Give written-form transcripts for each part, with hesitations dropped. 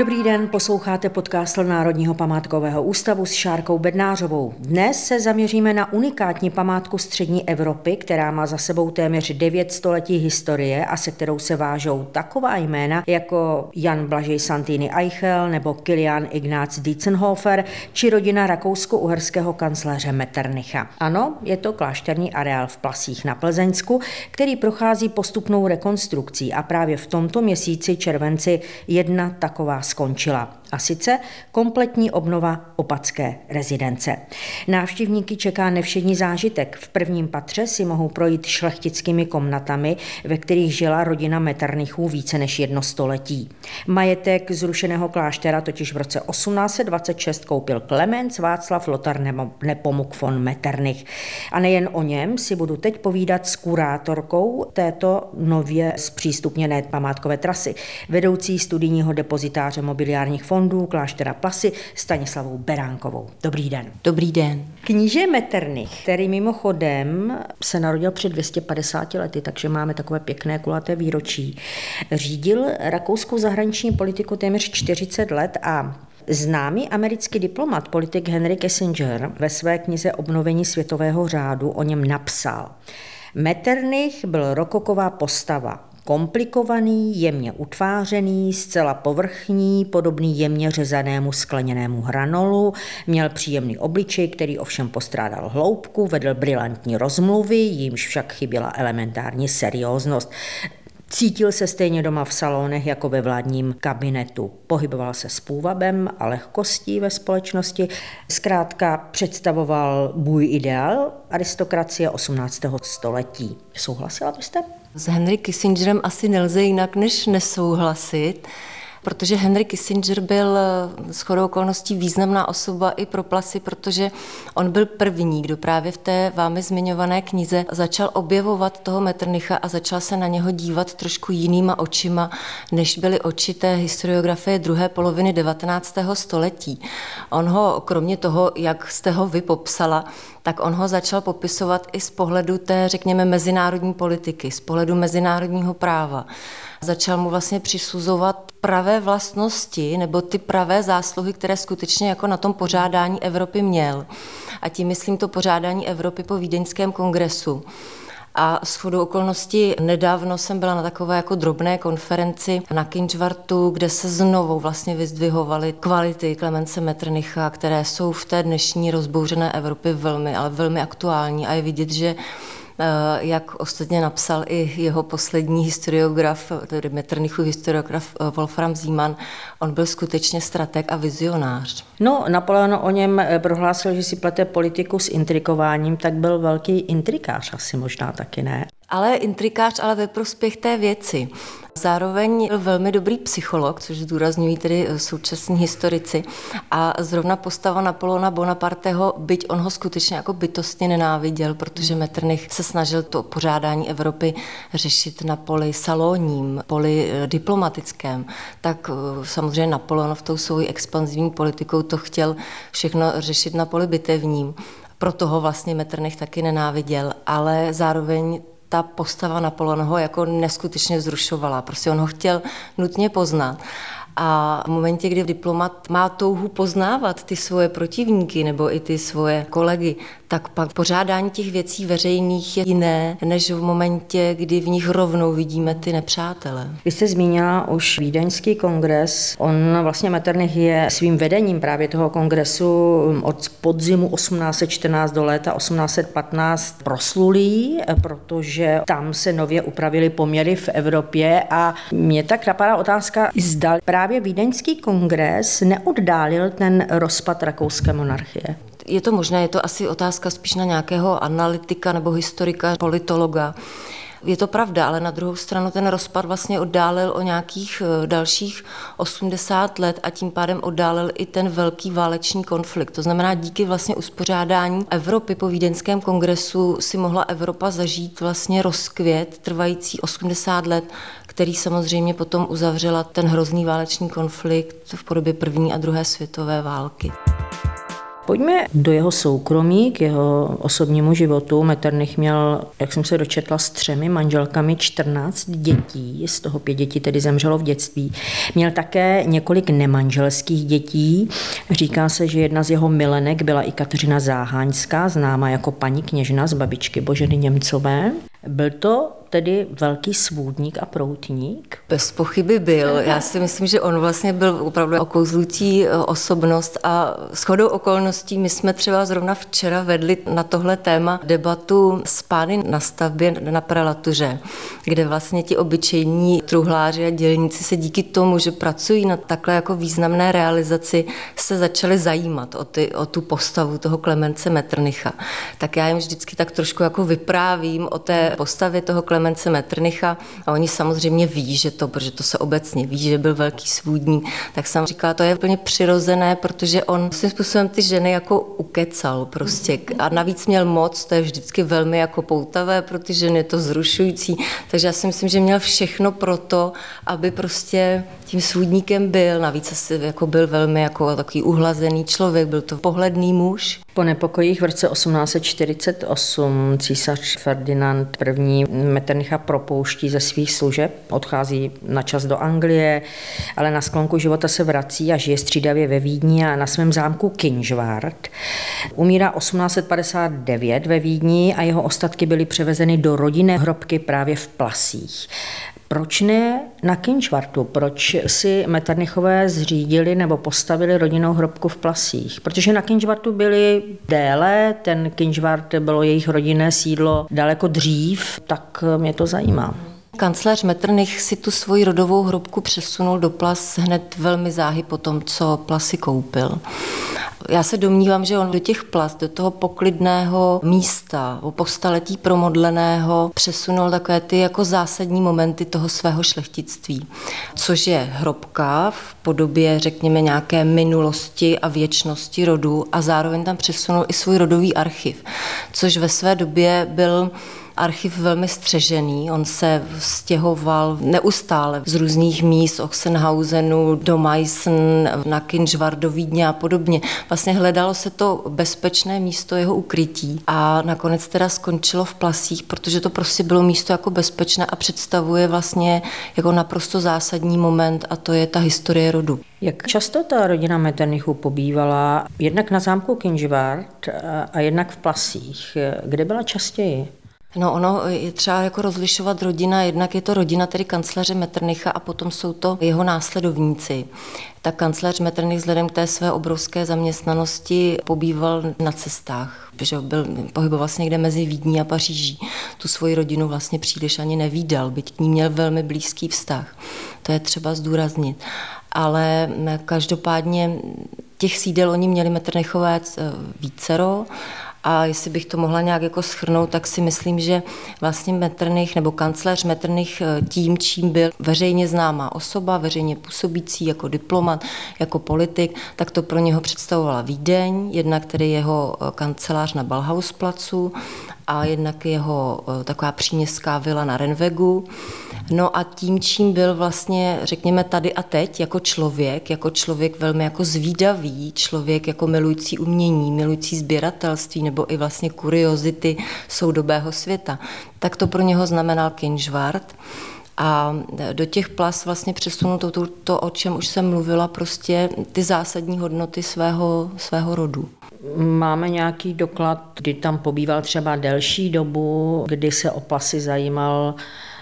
Dobrý den, posloucháte podcast Národního památkového ústavu s Šárkou Bednářovou. Dnes se zaměříme na unikátní památku střední Evropy, která má za sebou téměř 9 století historie a se kterou se vážou taková jména jako Jan Blažej Santini Eichel nebo Kilian Ignác Dientzenhofer či rodina rakousko-uherského kancléře Metternicha. Ano, je to klášterní areál v Plasích na Plzeňsku, který prochází postupnou rekonstrukcí a právě v tomto měsíci červenci jedna taková skončila. A sice kompletní obnova opatské rezidence. Návštěvníky čeká nevšední zážitek. V prvním patře si mohou projít šlechtickými komnatami, ve kterých žila rodina Metternichů více než 1 století. Majetek zrušeného kláštera totiž v roce 1826 koupil Klemens Václav Lothar Nepomuk von Metternich. A nejen o něm si budu teď povídat s kurátorkou této nově zpřístupněné památkové trasy, vedoucí studijního depozitáře mobiliárních fondů kláštera Plasy Stanislavou Beránkovou. Dobrý den. Dobrý den. Kníže Metternich, který mimochodem se narodil před 250 lety, takže máme takové pěkné kulaté výročí, řídil rakouskou zahraniční politiku téměř 40 let a známý americký diplomat, politik Henry Kissinger ve své knize Obnovení světového řádu o něm napsal: Metternich byl rokoková postava. Komplikovaný, jemně utvářený, zcela povrchní, podobný jemně řezanému skleněnému hranolu, měl příjemný obličej, který ovšem postrádal hloubku, vedl brilantní rozmluvy, jímž však chyběla elementární serióznost. Cítil se stejně doma v salonech jako ve vládním kabinetu. Pohyboval se s půvabem a lehkostí ve společnosti. Zkrátka představoval bůj ideál aristokracie 18. století. Souhlasila byste? S Henry Kissingerem asi nelze jinak než nesouhlasit, protože Henry Kissinger byl shodou okolností významná osoba i pro Plasy, protože on byl první, kdo právě v té vámi zmiňované knize začal objevovat toho Metternicha a začal se na něho dívat trošku jinýma očima, než byly oči té historiografie druhé poloviny 19. století. On ho, kromě toho, jak jste ho vy popsala, tak on ho začal popisovat i z pohledu té, řekněme, mezinárodní politiky, z pohledu mezinárodního práva. Začal mu vlastně přisuzovat pravé vlastnosti nebo ty pravé zásluhy, které skutečně jako na tom pořádání Evropy měl. A tím myslím to pořádání Evropy po Vídeňském kongresu. A shodou okolností nedávno jsem byla na takové jako drobné konferenci na Kynžvartu, kde se znovu vlastně vyzdvihovaly kvality Klemence Metternicha, které jsou v té dnešní rozbouřené Evropě velmi, ale velmi aktuální. A je vidět, že jak ostatně napsal i jeho poslední historiograf, tedy Metternichův historiograf Wolfram Siemann, on byl skutečně strateg a vizionář. No, Napoleon o něm prohlásil, že si plete politiku s intrikováním, tak byl velký intrikář asi možná taky, ne? Ale intrikář, ale ve prospěch té věci. Zároveň byl velmi dobrý psycholog, což zdůrazňují tedy současní historici. A zrovna postava Napoleona Bonaparteho, byť on ho skutečně jako bytostně nenáviděl, protože Metternich se snažil to pořádání Evropy řešit na poli salonním, poli diplomatickém, tak samozřejmě Napoleon v tou svou expanzivní politikou to chtěl všechno řešit na poli bitevním. Proto ho vlastně Metternich taky nenáviděl, ale zároveň ta postava Napoleona ho jako neskutečně vzrušovala. Prostě on ho chtěl nutně poznat. A v momentě, kdy diplomat má touhu poznávat ty svoje protivníky nebo i ty svoje kolegy, tak pak pořádání těch věcí veřejných je jiné, než v momentě, kdy v nich rovnou vidíme ty nepřátele. Vy jste zmínila už Vídeňský kongres. On vlastně Metternich je svým vedením právě toho kongresu od podzimu 1814 do léta 1815 proslulý, protože tam se nově upravily poměry v Evropě a mě tak napadá otázka, zda právě Vídeňský kongres neoddálil ten rozpad rakouské monarchie. Je to možné, je to asi otázka spíš na nějakého analytika nebo historika, politologa. Je to pravda, ale na druhou stranu ten rozpad vlastně oddálil o nějakých dalších 80 let a tím pádem oddálil i ten velký válečný konflikt. To znamená, díky vlastně uspořádání Evropy po Vídeňském kongresu si mohla Evropa zažít vlastně rozkvět trvající 80 let, který samozřejmě potom uzavřela ten hrozný válečný konflikt v podobě první a druhé světové války. Pojďme do jeho soukromí, k jeho osobnímu životu. Metternich měl, jak jsem se dočetla, s 3 manželkami 14 dětí, z toho 5 dětí tedy zemřelo v dětství. Měl také několik nemanželských dětí. Říká se, že jedna z jeho milenek byla i Kateřina Záhaňská, známá jako paní kněžna z babičky Boženy Němcové. Byl to tedy velký svůdník a proutník? Bez pochyby byl. Já si myslím, že on vlastně byl opravdu okouzlující osobnost a shodou okolností my jsme třeba zrovna včera vedli na tohle téma debatu s pány na stavbě na prelatuře, kde vlastně ti obyčejní truhláři a dělníci se díky tomu, že pracují na takhle jako významné realizaci, se začali zajímat o tu postavu toho Klemence Metternicha. Tak já jim vždycky tak trošku jako vyprávím o té postavě toho Klemence Metternicha a oni samozřejmě ví, protože to se obecně ví, že byl velký svůdník, tak jsem říkala, to je úplně přirozené, protože on svým způsobem ty ženy jako ukecal prostě a navíc měl moc, to je vždycky velmi jako poutavé pro ty ženy, je to zrušující, takže já si myslím, že měl všechno pro to, aby prostě tím svůdníkem byl, navíc asi jako byl velmi jako takový uhlazený člověk, byl to pohledný muž. Po nepokojích v roce 1848 císař Ferdinand I. Metternicha propouští ze svých služeb, odchází na čas do Anglie, ale na sklonku života se vrací a žije střídavě ve Vídni a na svém zámku Kynžvart. Umírá 1859 ve Vídni a jeho ostatky byly převezeny do rodinné hrobky právě v Plasích. Proč ne na Kynžvartu? Proč si Metternichové zřídili nebo postavili rodinnou hrobku v Plasích? Protože na Kynžvartu byli déle, ten Kynžvart bylo jejich rodinné sídlo daleko dřív, tak mě to zajímá. Kancléř Metternich si tu svoji rodovou hrobku přesunul do Plas hned velmi záhy po tom, co Plasy koupil. Já se domnívám, že on do těch Plas, do toho poklidného místa, po staletí promodleného, přesunul takové ty jako zásadní momenty toho svého šlechtictví, což je hrobka v podobě, řekněme, nějaké minulosti a věčnosti rodu a zároveň tam přesunul i svůj rodový archiv, což ve své době byl archiv velmi střežený, on se stěhoval neustále z různých míst, Ochsenhausenu do Meissen, na Kynžvart, do Vídně a podobně. Vlastně hledalo se to bezpečné místo jeho ukrytí a nakonec teda skončilo v Plasích, protože to prostě bylo místo jako bezpečné a představuje vlastně jako naprosto zásadní moment a to je ta historie rodu. Jak často ta rodina Metternichů pobývala jednak na zámku Kynžvart a jednak v Plasích? Kde byla častěji? No ono je třeba jako rozlišovat rodina, jednak je to rodina tedy kancléře Metternicha a potom jsou to jeho následovníci. Tak kancléř Metternich vzhledem k té své obrovské zaměstnanosti pobýval na cestách, že pohyboval vlastně někde mezi Vídní a Paříží. Tu svoji rodinu vlastně příliš ani nevídal, byť k ní měl velmi blízký vztah. To je třeba zdůraznit. Ale každopádně těch sídel oni měli Metternichové vícero. A jestli bych to mohla nějak jako shrnout, tak si myslím, že vlastně Metternich nebo kancléř Metternich tím, čím byl veřejně známá osoba, veřejně působící jako diplomat, jako politik, tak to pro něho představovala Vídeň, jednak tedy jeho kancelář na Ballhausplacu a jednak jeho taková příměstská vila na Rennwegu. No a tím, čím byl vlastně, řekněme, tady a teď jako člověk velmi jako zvídavý, člověk jako milující umění, milující sběratelství nebo i vlastně kuriozity soudobého světa, tak to pro něho znamenal Kynžvart. A do těch Plas vlastně přesunul to, o čem už jsem mluvila, prostě ty zásadní hodnoty svého rodu. Máme nějaký doklad, kdy tam pobýval třeba delší dobu, kdy se o Plasy zajímal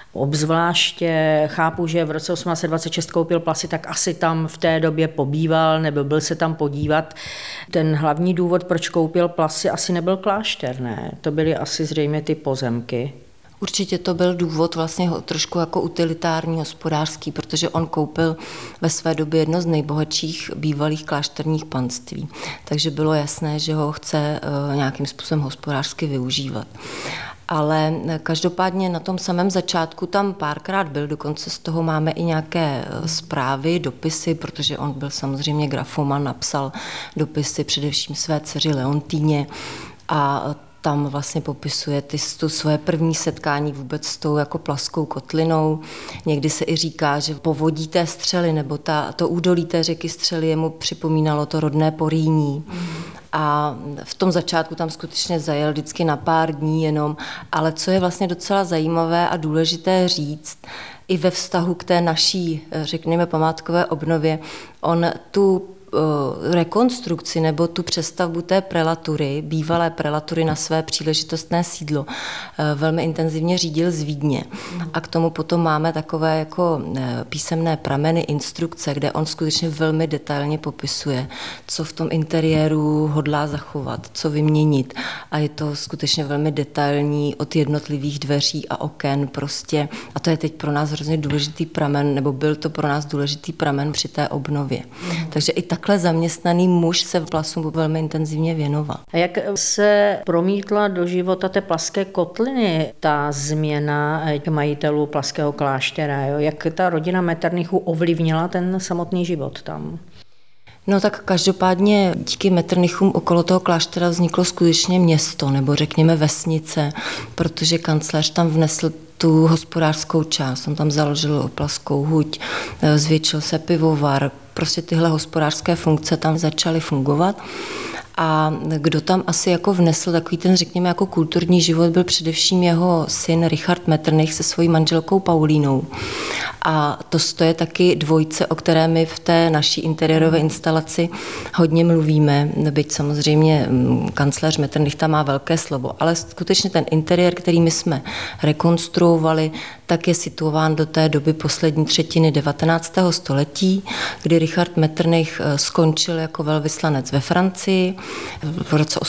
obzvláště? Chápu, že v roce 1826 koupil Plasy, tak asi tam v té době pobýval nebo byl se tam podívat. Ten hlavní důvod, proč koupil Plasy, asi nebyl klášter, ne? To byly asi zřejmě ty pozemky. Určitě to byl důvod vlastně trošku jako utilitární, hospodářský, protože on koupil ve své době jedno z nejbohatších bývalých klášterních panství. Takže bylo jasné, že ho chce nějakým způsobem hospodářsky využívat. Ale každopádně na tom samém začátku tam párkrát byl, dokonce z toho máme i nějaké zprávy, dopisy, protože on byl samozřejmě grafoman, napsal dopisy především své dceři Leontýně a tam vlastně popisuje tu svoje první setkání vůbec s tou jako plaskou kotlinou. Někdy se i říká, že povodí té Střely nebo to údolí té řeky Střely jemu připomínalo to rodné Porýní. A v tom začátku tam skutečně zajel vždycky na pár dní jenom, ale co je vlastně docela zajímavé a důležité říct, i ve vztahu k té naší, řekněme, památkové obnově, on tu rekonstrukci nebo tu přestavbu té prelatury, bývalé prelatury na své příležitostné sídlo, velmi intenzivně řídil z Vídně. A k tomu potom máme takové jako písemné prameny, instrukce, kde on skutečně velmi detailně popisuje, co v tom interiéru hodlá zachovat, co vyměnit. A je to skutečně velmi detailní od jednotlivých dveří a oken prostě. A to je teď pro nás hrozně důležitý pramen, nebo byl to pro nás důležitý pramen při té obnově. Takže i takhle zaměstnaný muž se plasům velmi intenzivně věnoval. A jak se promítla do života té plaské kotliny ta změna majitelů plaského kláštera? Jo? Jak ta rodina Metternichů ovlivnila ten samotný život tam? No tak každopádně díky Metternichům okolo toho kláštera vzniklo skutečně město, nebo řekněme vesnice, protože kancléř tam vnesl tu hospodářskou část. On tam založil oplaskou huť, zvětšil se pivovar, prostě tyhle hospodářské funkce tam začaly fungovat. A kdo tam asi jako vnesl takový ten, řekněme, jako kulturní život, byl především jeho syn Richard Metternich se svojí manželkou Paulínou. A to je taky dvojce, o které my v té naší interiérové instalaci hodně mluvíme, byť samozřejmě kancléř Metternich tam má velké slovo, ale skutečně ten interiér, který my jsme rekonstruovali, tak je situován do té doby poslední třetiny 19. století, kdy Richard Metternich skončil jako velvyslanec ve Francii v roce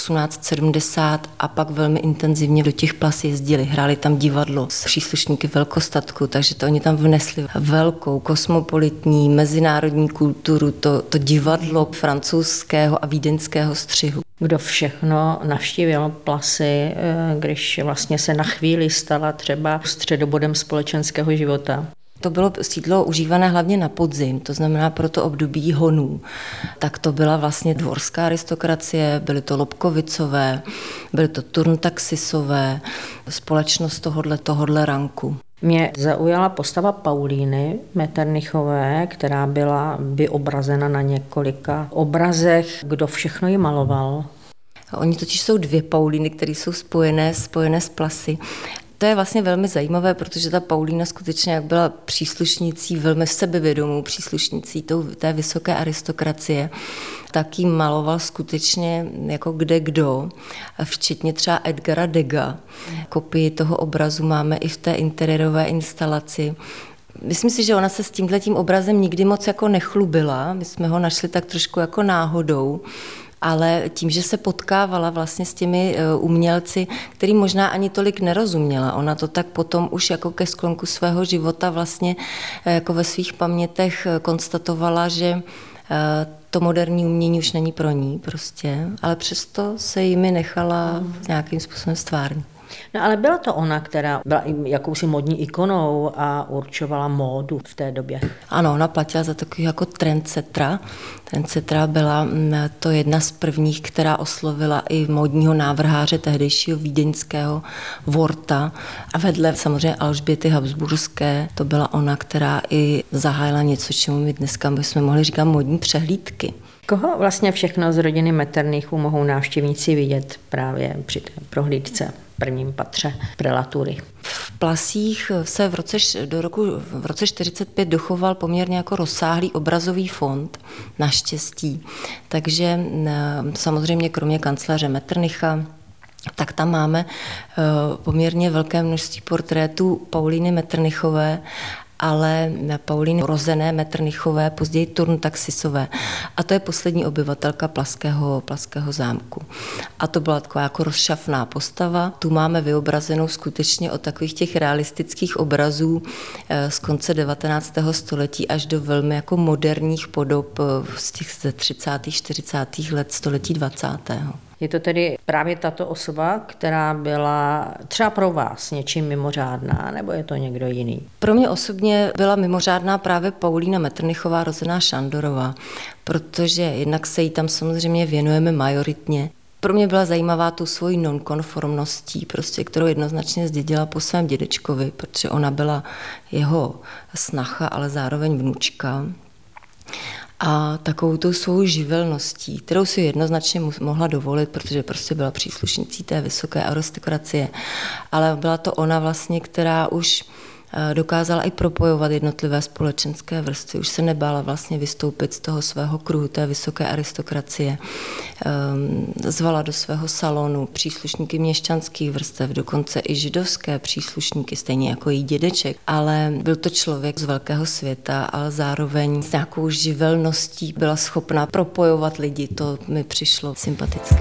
1870 a pak velmi intenzivně do těch Plas jezdili. Hráli tam divadlo s příslušníky velkostatku, takže to oni tam vnesli velkou kosmopolitní mezinárodní kulturu, to divadlo francouzského a vídeňského střihu. Kdo všechno navštívil Plasy, když vlastně se na chvíli stala třeba středobodem společenského života? To bylo sídlo užívané hlavně na podzim, to znamená pro to období honů. Tak to byla vlastně dvorská aristokracie, byly to Lobkovicové, byly to Turntaxisové, společnost tohodle ranku. Mě zaujala postava Paulíny Metternichové, která byla vyobrazena na několika obrazech. Kdo všechno ji maloval? Oni totiž jsou dvě Paulíny, které jsou spojené s Plasy. To je vlastně velmi zajímavé, protože ta Paulína skutečně jak byla příslušnicí, velmi sebevědomou příslušnicí té vysoké aristokracie, tak jí maloval skutečně jako kde kdo, včetně třeba Edgara Dega. Kopii toho obrazu máme i v té interiérové instalaci. Myslím si, že ona se s tímhletím obrazem nikdy moc jako nechlubila, my jsme ho našli tak trošku jako náhodou, ale tím, že se potkávala vlastně s těmi umělci, kterým možná ani tolik nerozuměla. Ona to tak potom už jako ke sklonku svého života vlastně jako ve svých pamětech konstatovala, že to moderní umění už není pro ní prostě, ale přesto se jimi nechala nějakým způsobem stvárnit. No ale byla to ona, která byla jakousi modní ikonou a určovala módu v té době. Ano, ona platila za takový jako trendsetra. Trendsetra byla to jedna z prvních, která oslovila i módního návrháře tehdejšího vídeňského Worta. A vedle samozřejmě Alžběty Habsburské, to byla ona, která i zahájila něco, čemu my dneska bychom mohli říkat módní přehlídky. Koho vlastně všechno z rodiny Metternichů mohou návštěvníci vidět právě při té prohlídce v prvním patře prelatury? V Plasích se v roce 1945 dochoval poměrně jako rozsáhlý obrazový fond, naštěstí. Takže samozřejmě kromě kancléře Metternicha, tak tam máme poměrně velké množství portrétů Paulíny Metternichové, ale Paulíny rozené Metternichové, později Turntaxisové. A to je poslední obyvatelka Plaského zámku. A to byla taková jako rozšafná postava. Tu máme vyobrazenou skutečně od takových těch realistických obrazů z konce 19. století až do velmi jako moderních podob z těch 30. 40. let století 20. Je to tedy právě tato osoba, která byla třeba pro vás něčím mimořádná, nebo je to někdo jiný? Pro mě osobně byla mimořádná právě Paulína Metternichová, rozená Šandorová, protože jednak se jí tam samozřejmě věnujeme majoritně. Pro mě byla zajímavá tu svojí nonkonformností, prostě, kterou jednoznačně zdědila po svém dědečkovi, protože ona byla jeho snacha, ale zároveň vnučka. A takovou tou svou živelností, kterou si jednoznačně mohla dovolit, protože prostě byla příslušnicí té vysoké aristokracie. Ale byla to ona vlastně, která už dokázala i propojovat jednotlivé společenské vrstvy. Už se nebála vlastně vystoupit z toho svého kruhu té vysoké aristokracie. Zvala do svého salonu příslušníky měšťanských vrstev, dokonce i židovské příslušníky, stejně jako její dědeček. Ale byl to člověk z velkého světa, ale zároveň s nějakou živelností byla schopná propojovat lidi. To mi přišlo sympatické.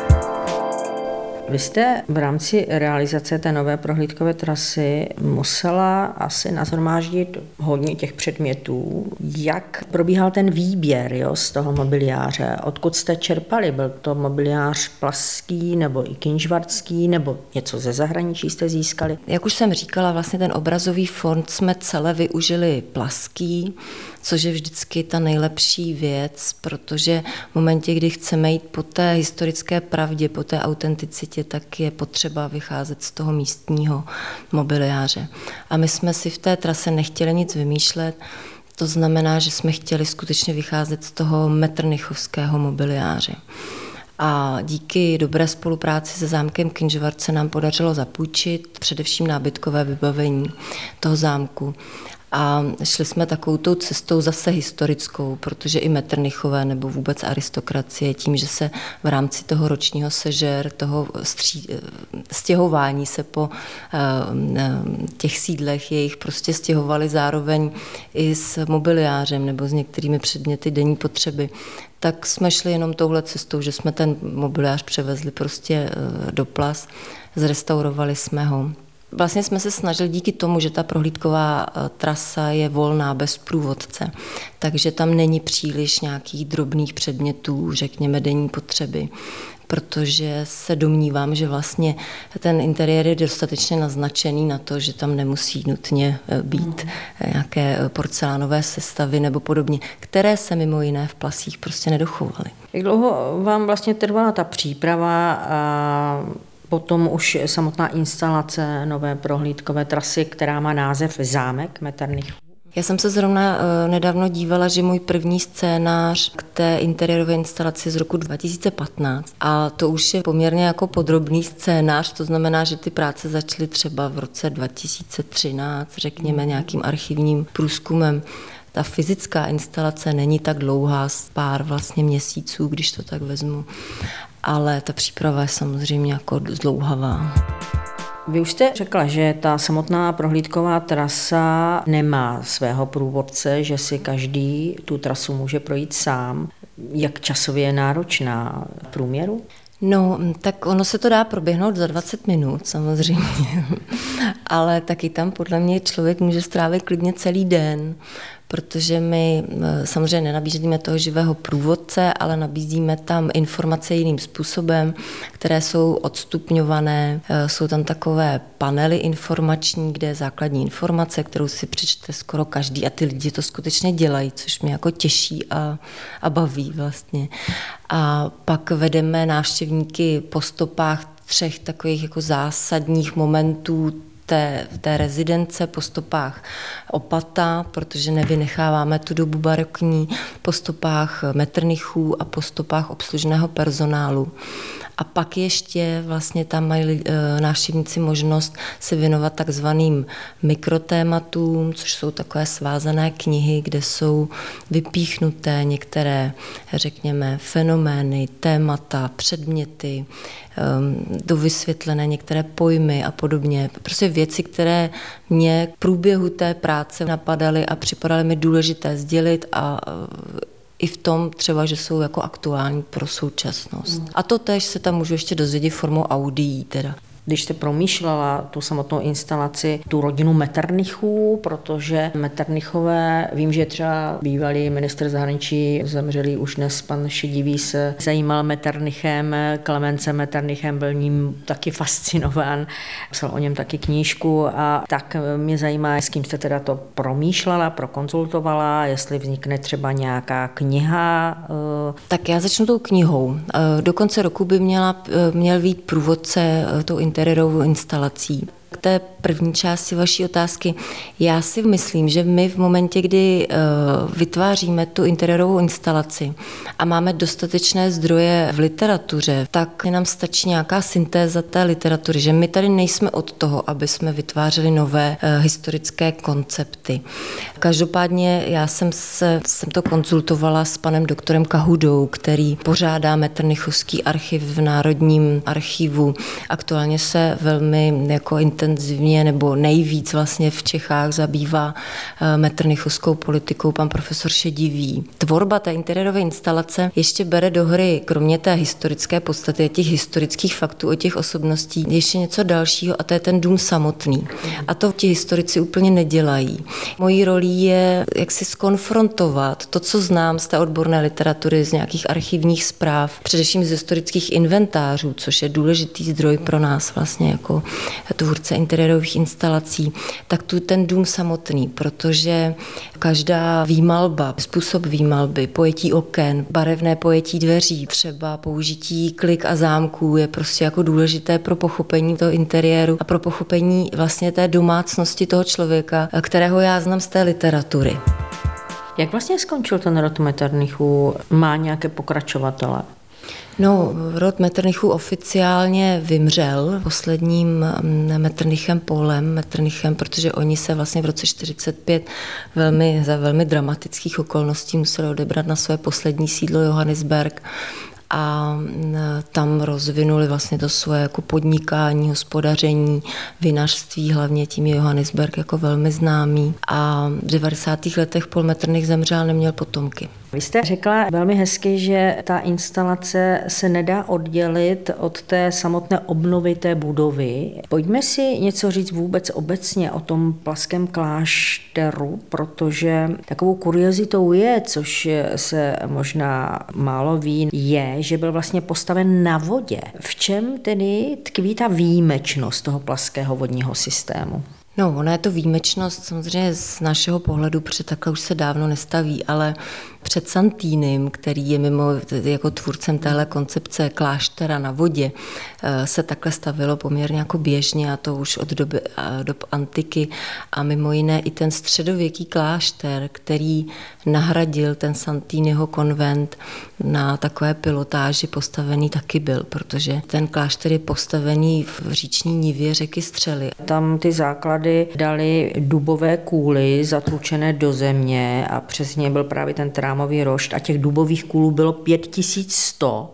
Vy jste v rámci realizace té nové prohlídkové trasy musela asi nashromáždit hodně těch předmětů. Jak probíhal ten výběr z toho mobiliáře? Odkud jste čerpali? Byl to mobiliář plaský nebo i kynžvardský nebo něco ze zahraničí jste získali? Jak už jsem říkala, vlastně ten obrazový fond jsme celé využili plaský, což je vždycky ta nejlepší věc, protože v momentě, kdy chceme jít po té historické pravdě, po té autenticitě, tak je potřeba vycházet z toho místního mobiliáře. A my jsme si v té trase nechtěli nic vymýšlet, to znamená, že jsme chtěli skutečně vycházet z toho metternichovského mobiliáře. A díky dobré spolupráci se zámkem Kynžvart se nám podařilo zapůjčit především nábytkové vybavení toho zámku. A šli jsme takovou tou cestou zase historickou, protože i Metternichové nebo vůbec aristokracie tím, že se v rámci toho ročního sežer, toho stěhování se po těch sídlech jejich prostě stěhovali zároveň i s mobiliářem nebo s některými předměty denní potřeby, tak jsme šli jenom touhle cestou, že jsme ten mobiliář převezli prostě do Plas, zrestaurovali jsme ho. Vlastně jsme se snažili díky tomu, že ta prohlídková trasa je volná, bez průvodce, takže tam není příliš nějakých drobných předmětů, řekněme denní potřeby, protože se domnívám, že vlastně ten interiér je dostatečně naznačený na to, že tam nemusí nutně být nějaké porcelánové sestavy nebo podobně, které se mimo jiné v Plasích prostě nedochovaly. Jak dlouho vám vlastně trvala ta příprava a potom už samotná instalace nové prohlídkové trasy, která má název Zámek Metternich? Já jsem se zrovna nedávno dívala, že můj první scénář k té interiérové instalaci z roku 2015 a to už je poměrně jako podrobný scénář, to znamená, že ty práce začaly třeba v roce 2013, řekněme nějakým archivním průzkumem. Ta fyzická instalace není tak dlouhá, pár vlastně měsíců, když to tak vezmu, ale ta příprava je samozřejmě jako zdlouhavá. Vy už jste řekla, že ta samotná prohlídková trasa nemá svého průvodce, že si každý tu trasu může projít sám. Jak časově je náročná v průměru? No, tak ono se to dá proběhnout za 20 minut samozřejmě, ale taky tam podle mě člověk může strávit klidně celý den, protože my samozřejmě nenabízíme toho živého průvodce, ale nabízíme tam informace jiným způsobem, které jsou odstupňované. Jsou tam takové panely informační, kde je základní informace, kterou si přečte skoro každý a ty lidi to skutečně dělají, což mě jako těší a baví vlastně. A pak vedeme návštěvníky po stopách 3 takových jako zásadních momentů té rezidence, po stopách opata, protože nevynecháváme tu dobu barokní, po stopách Metternichů a po stopách obslužného personálu. A pak ještě vlastně tam mají návštěvníci možnost se věnovat takzvaným mikrotématům, což jsou takové svázané knihy, kde jsou vypíchnuté některé, řekněme, fenomény, témata, předměty, dovysvětlené některé pojmy a podobně. Prostě věci, které mě v průběhu té práce napadaly a připadaly mi důležité sdělit a i v tom třeba, že jsou jako aktuální pro současnost. A to též se tam můžu ještě dozvědět formou audií teda. když jste promýšlela tu samotnou instalaci, tu rodinu Metternichů, protože Metternichové, vím, že třeba bývalý ministr zahraničí, zemřelý už dnes pan Šedivý, se zajímal Metternichem, Klemencem Metternichem, byl ním taky fascinován, psal o něm taky knížku a tak mě zajímá, s kým jste teda to promýšlela, prokonzultovala, jestli vznikne třeba nějaká kniha. Tak já začnu tou knihou. Do konce roku by měl být průvodce tou interiérovou instalací. K té první části vaší otázky, já si myslím, že my v momentě, kdy vytváříme tu interiérovou instalaci a máme dostatečné zdroje v literatuře, tak nám stačí nějaká syntéza té literatury, že my tady nejsme od toho, aby jsme vytvářeli nové historické koncepty. Každopádně já jsem to konzultovala s panem doktorem Kahudou, který pořádá Metternichovský archiv v Národním archivu. Aktuálně se velmi jako intenzivně nebo nejvíc vlastně v Čechách zabývá metternichovskou politikou pan profesor Šedivý. Tvorba té interiérové instalace ještě bere do hry, kromě té historické podstaty, těch historických faktů o těch osobností, ještě něco dalšího a to je ten dům samotný. A to ti historici úplně nedělají. Mojí rolí je jak si skonfrontovat to, co znám z té odborné literatury, z nějakých archivních zpráv, především z historických inventářů, což je důležitý zdroj pro nás vlastně jako tvůrce interiérových instalací, tak tu ten dům samotný, protože každá výmalba, způsob výmalby, pojetí oken, barevné pojetí dveří, třeba použití klik a zámků je prostě jako důležité pro pochopení toho interiéru a pro pochopení vlastně té domácnosti toho člověka, kterého já znám z té literatury. Jak vlastně skončil ten rod Metternichů? Má nějaké pokračovatele? No, rod Metternichů oficiálně vymřel posledním Metternichem Paulem Metternichem, protože oni se vlastně v roce 1945 za velmi dramatických okolností museli odebrat na své poslední sídlo Johannisberg a tam rozvinuli vlastně to svoje jako podnikání, hospodaření, vinařství, hlavně tím je Johannisberg jako velmi známý. A v 90. letech Paul Metternich zemřel, neměl potomky. Vy jste řekla velmi hezky, že ta instalace se nedá oddělit od té samotné obnovy té budovy. Pojďme si něco říct vůbec obecně o tom Plaském klášteru, protože takovou kuriozitou je, což se možná málo ví, je, že byl vlastně postaven na vodě. V čem tedy tkví ta výjimečnost toho plaského vodního systému? No, ona je to výjimečnost samozřejmě z našeho pohledu, protože takhle už se dávno nestaví, ale před Santinem, který je mimo jako tvůrcem téhle koncepce kláštera na vodě, se takhle stavilo poměrně jako běžně a to už od dob antiky a mimo jiné i ten středověký klášter, který nahradil ten Santiniho konvent na takové pilotáži postavený taky byl, protože ten klášter je postavený v říční nivě řeky Střely. Tam ty základy dali dubové kůly zatlučené do země a přes ně byl právě ten trámový rošt a těch dubových kůlů bylo 5100.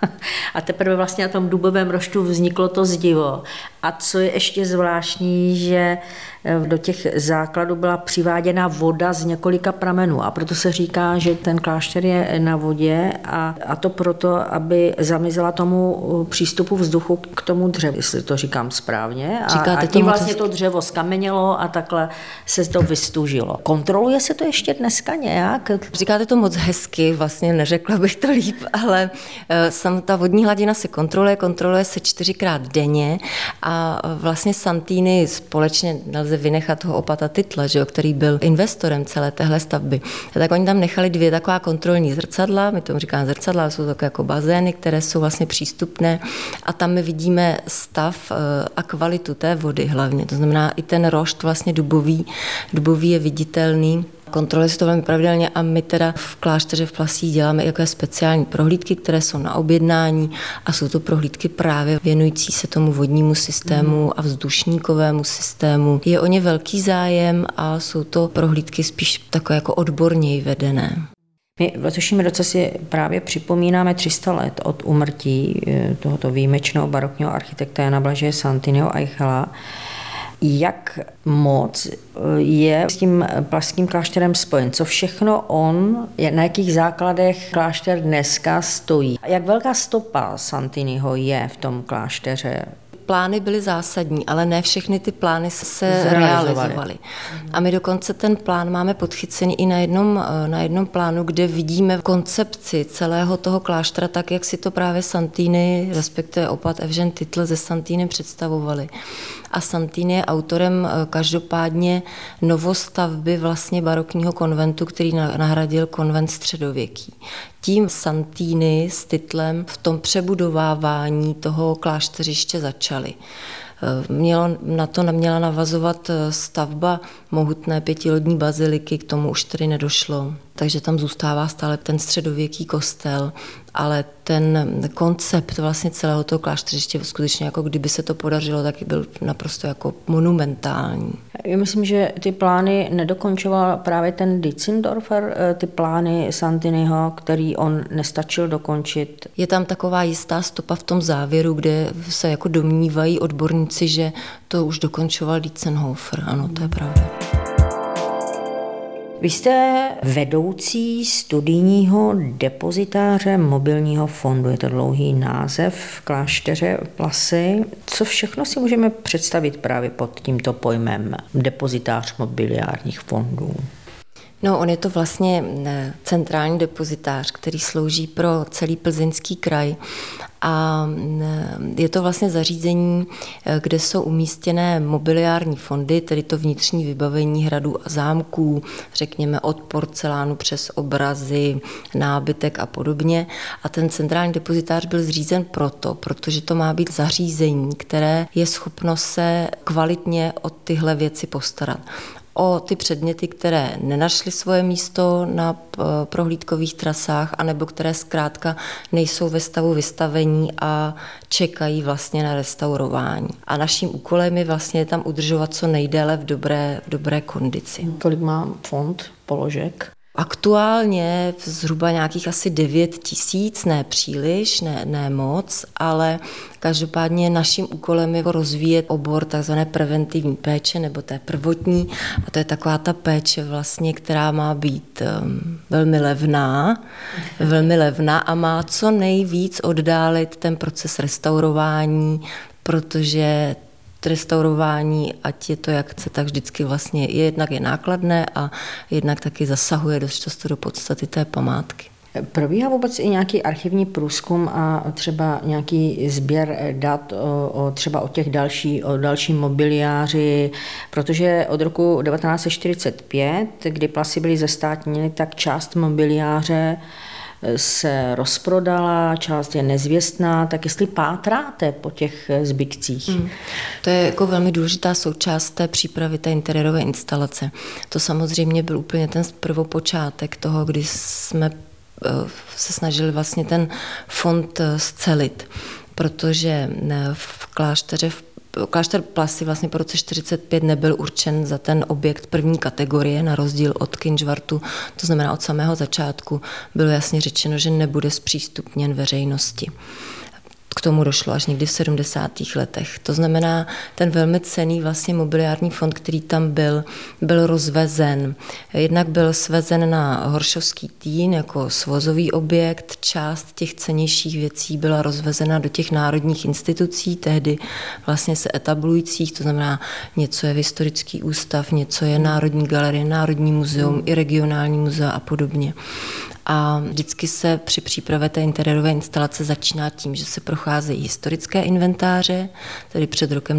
A teprve vlastně na tom dubovém roštu vzniklo to zdivo. A co je ještě zvláštní, že do těch základů byla přiváděna voda z několika pramenů a proto se říká, že ten klášter je na vodě a to proto, aby zamizela tomu přístupu vzduchu k tomu dřevu, jestli to říkám správně. A tím vlastně to dřevo skamenělo a takhle se to vystužilo. Kontroluje se to ještě dneska nějak? Říkáte to moc hezky, vlastně neřekla bych to líp, ale ta vodní hladina se kontroluje se 4krát denně a vlastně Santini společně nelze vynechat toho opata Tytla, že jo, který byl investorem celé téhle stavby. A tak oni tam nechali 2 taková kontrolní zrcadla, my tomu říkáme zrcadla, jsou takové jako bazény, které jsou vlastně přístupné a tam my vidíme stav a kvalitu té vody hlavně. To znamená i ten rošt vlastně dubový je viditelný. Kontroluje se to velmi pravidelně a my teda v klášteře v Plasích děláme jaké speciální prohlídky, které jsou na objednání a jsou to prohlídky právě věnující se tomu vodnímu systému a vzdušníkovému systému. Je o ně velký zájem a jsou to prohlídky spíš takové jako odborněji vedené. My v letošním roce si právě připomínáme 300 let od úmrtí tohoto výjimečného barokního architekta Jana Blažeje Santiniho Eichela. Jak moc je s tím Plaským klášterem spojen? Co všechno na jakých základech klášter dneska stojí? Jak velká stopa Santiniho je v tom klášteře? plány byly zásadní, ale ne všechny ty plány se realizovaly. A my dokonce ten plán máme podchycený i na jednom plánu, kde vidíme koncepci celého toho kláštera, tak jak si to právě Santini, respektive opat Evžen Titl ze Santinem představovali. A Santini je autorem každopádně novostavby vlastně barokního konventu, který nahradil konvent středověký. Tím Santini s Titlem v tom přebudovávání toho klášteřiště začali. Měla navazovat stavba mohutné 5lodní baziliky, k tomu už tedy nedošlo. Takže tam zůstává stále ten středověký kostel, ale ten koncept vlastně celého toho klášteřiště skutečně jako kdyby se to podařilo, tak byl naprosto jako monumentální. Já myslím, že ty plány nedokončoval právě ten Ditzendorfer, ty plány Santiniho, který on nestačil dokončit. Je tam taková jistá stopa v tom závěru, kde se jako domnívají odborníci, že to už dokončoval Dietzenhofer. Ano, to je pravda. Vy jste vedoucí studijního depozitáře mobilního fondu. Je to dlouhý název v klášteře Plasy. Co všechno si můžeme představit právě pod tímto pojmem depozitář mobiliárních fondů? No, on je to vlastně centrální depozitář, který slouží pro celý Plzeňský kraj a je to vlastně zařízení, kde jsou umístěné mobiliární fondy, tedy to vnitřní vybavení hradů a zámků, řekněme od porcelánu přes obrazy, nábytek a podobně. A ten centrální depozitář byl zřízen protože to má být zařízení, které je schopno se kvalitně o tyhle věci postarat. O ty předměty, které nenašly svoje místo na prohlídkových trasách, anebo které zkrátka nejsou ve stavu vystavení a čekají vlastně na restaurování. A naším úkolem je vlastně tam udržovat co nejdéle v dobré kondici. Kolik má fond položek? Aktuálně zhruba nějakých asi 9 000, ne příliš, ne moc, ale každopádně naším úkolem je rozvíjet obor tzv. Preventivní péče nebo té prvotní a to je taková ta péče vlastně, která má být velmi levná a má co nejvíc oddálit ten proces restaurování, protože restaurování, ať je to jak chce, tak vždycky vlastně jednak je nákladné a jednak taky zasahuje dost často do podstaty té památky. Probíhá vůbec i nějaký archivní průzkum a třeba nějaký sběr dat třeba o další mobiliáři, protože od roku 1945, kdy Plasy byly zestátněny, tak část mobiliáře se rozprodala, část je nezvěstná, tak jestli pátráte po těch zbytcích? To je jako velmi důležitá součást té přípravy té interiérové instalace. To samozřejmě byl úplně ten prvopočátek toho, kdy jsme se snažili vlastně ten fond scelit, protože v klášter Plasy vlastně po roce 1945 nebyl určen za ten objekt první kategorie, na rozdíl od Kynžvartu, to znamená od samého začátku bylo jasně řečeno, že nebude zpřístupněn veřejnosti. K tomu došlo až někdy v 70. letech. To znamená, ten velmi cenný vlastně mobiliární fond, který tam byl rozvezen. Jednak byl svezen na Horšovský Týn jako svozový objekt, část těch cennějších věcí byla rozvezena do těch národních institucí, tehdy vlastně se etablujících, to znamená, něco je historický ústav, něco je Národní galerie, Národní muzeum, i regionální muzea a podobně. A vždycky se při přípravě té interiérové instalace začíná tím, že se procházejí historické inventáře, tedy před rokem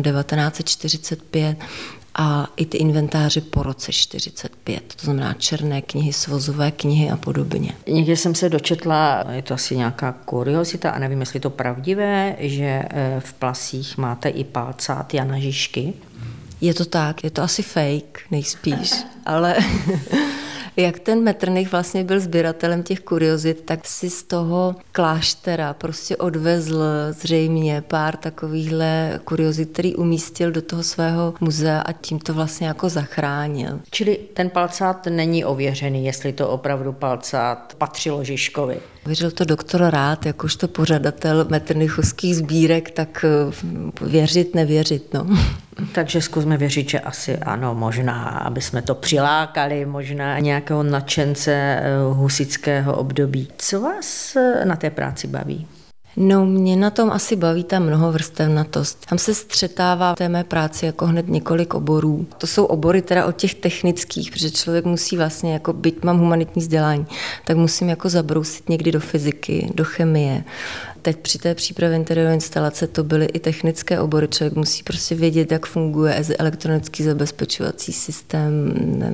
1945, a i ty inventáře po roce 1945, to znamená černé knihy, svozové knihy a podobně. Někde jsem se dočetla, je to asi nějaká kuriozita a nevím, jestli je to pravdivé, že v Plasích máte i palcát Jana Žižky. Je to tak, je to asi fake nejspíš, ale jak ten Metternich vlastně byl sběratelem těch kuriozit, tak si z toho kláštera prostě odvezl zřejmě pár takovýchhle kuriozit, který umístil do toho svého muzea a tím to vlastně jako zachránil. Čili ten palcát není ověřený, jestli to opravdu palcát patřilo Žižkovi. Věřil to doktor Rád, jakožto pořadatel metternichovských sbírek, tak věřit, nevěřit, no. Takže zkusme věřit, že asi ano, možná, aby jsme to přilákali, možná nějakého nadšence husitského období. Co vás na té práci baví? No, mě na tom asi baví ta mnohovrstevnatost. Tam se střetává v té mé práci jako hned několik oborů. To jsou obory teda od těch technických, protože člověk musí vlastně, jako byť mám humanitní vzdělání, tak musím jako zabrousit někdy do fyziky, do chemie. Teď při té přípravě interiérové instalace to byly i technické obory. Člověk musí prostě vědět, jak funguje elektronický zabezpečovací systém,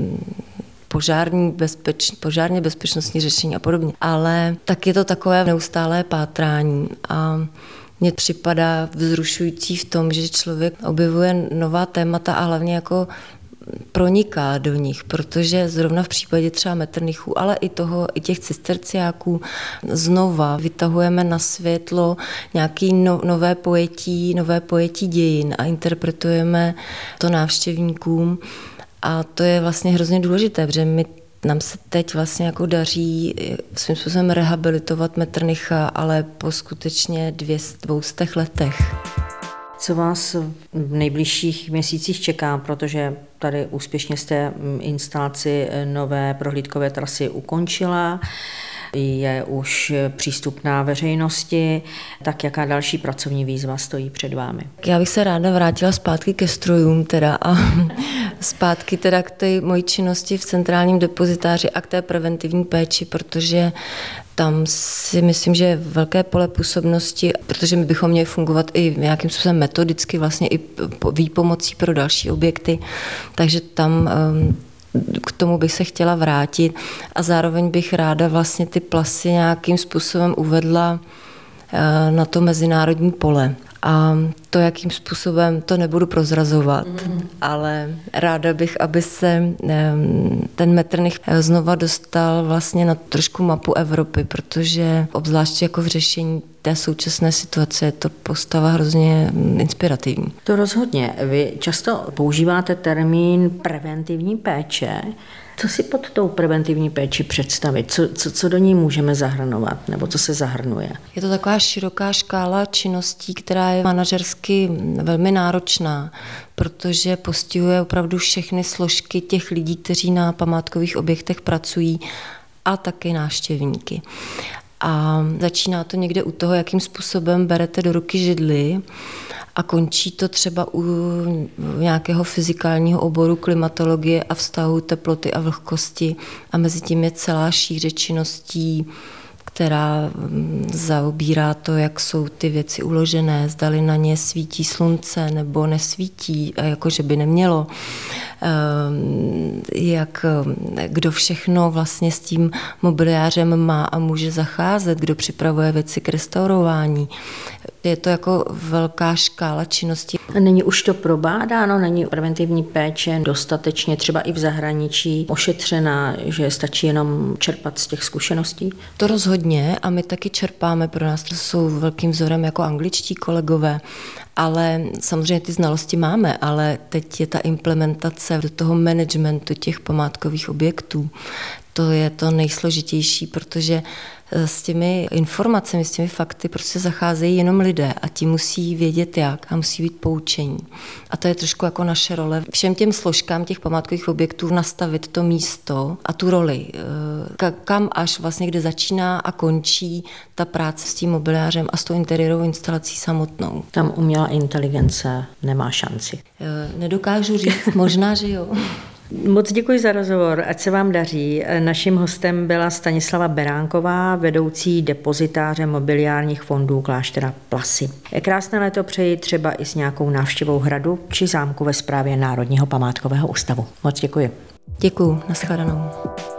požárně bezpečnostní řešení a podobně. Ale tak je to takové neustálé pátrání a mně připadá vzrušující v tom, že člověk objevuje nová témata a hlavně jako proniká do nich, protože zrovna v případě třeba Metternichů, ale i těch cisterciáků znova vytahujeme na světlo nějaké nové pojetí dějin a interpretujeme to návštěvníkům. A to je vlastně hrozně důležité, protože nám se teď vlastně jako daří svým způsobem rehabilitovat Metternicha, ale po skutečně 200 letech. Co vás v nejbližších měsících čeká, protože tady úspěšně jste instalaci nové prohlídkové trasy ukončila, je už přístupná veřejnosti, tak jaká další pracovní výzva stojí před vámi? Já bych se ráda vrátila zpátky ke strojům teda a zpátky teda k té mojí činnosti v centrálním depozitáři a k té preventivní péči, protože tam si myslím, že je velké pole působnosti, protože my bychom měli fungovat i nějakým způsobem metodicky, vlastně i výpomocí pro další objekty, takže tam k tomu bych se chtěla vrátit a zároveň bych ráda vlastně ty plasy nějakým způsobem uvedla na to mezinárodní pole. A to, jakým způsobem, to nebudu prozrazovat, ale ráda bych, aby se ten Metternich znova dostal vlastně na trošku mapu Evropy, protože obzvláště jako v řešení té současné situace je to postava hrozně inspirativní. To rozhodně. Vy často používáte termín preventivní péče. Co si pod tou preventivní péči představit? Co do ní můžeme zahrnovat, nebo co se zahrnuje? Je to taková široká škála činností, která je manažersky velmi náročná, protože postihuje opravdu všechny složky těch lidí, kteří na památkových objektech pracují a taky návštěvníky. A začíná to někde u toho, jakým způsobem berete do ruky židli a končí to třeba u nějakého fyzikálního oboru klimatologie a vztahu teploty a vlhkosti a mezi tím je celá šíře činností, která zaobírá to, jak jsou ty věci uložené, zdali na ně svítí slunce nebo nesvítí, a jakože by nemělo. Kdo všechno vlastně s tím mobiliářem má a může zacházet, kdo připravuje věci k restaurování. Je to jako velká škála činností. Není už to probádáno, není preventivní péče dostatečně třeba i v zahraničí ošetřená, že stačí jenom čerpat z těch zkušeností? To rozhodně a my taky čerpáme, pro nás to jsou velkým vzorem jako angličtí kolegové, ale samozřejmě ty znalosti máme, ale teď je ta implementace do toho managementu těch památkových objektů. To je to nejsložitější, protože s těmi informacemi, s těmi fakty prostě zacházejí jenom lidé a ti musí vědět jak a musí být poučení. A to je trošku jako naše role. Všem těm složkám těch památkových objektů nastavit to místo a tu roli, kam až vlastně, kde začíná a končí ta práce s tím mobiliářem a s tou interiérovou instalací samotnou. Tam umělá inteligence nemá šanci. Nedokážu říct, možná, že jo. Moc děkuji za rozhovor, ať se vám daří. Naším hostem byla Stanislava Beránková, vedoucí depozitáře mobiliárních fondů kláštera Plasy. Krásné léto přeji třeba i s nějakou návštěvou hradu či zámku ve správě Národního památkového ústavu. Moc děkuji. Děkuji, nashledanou.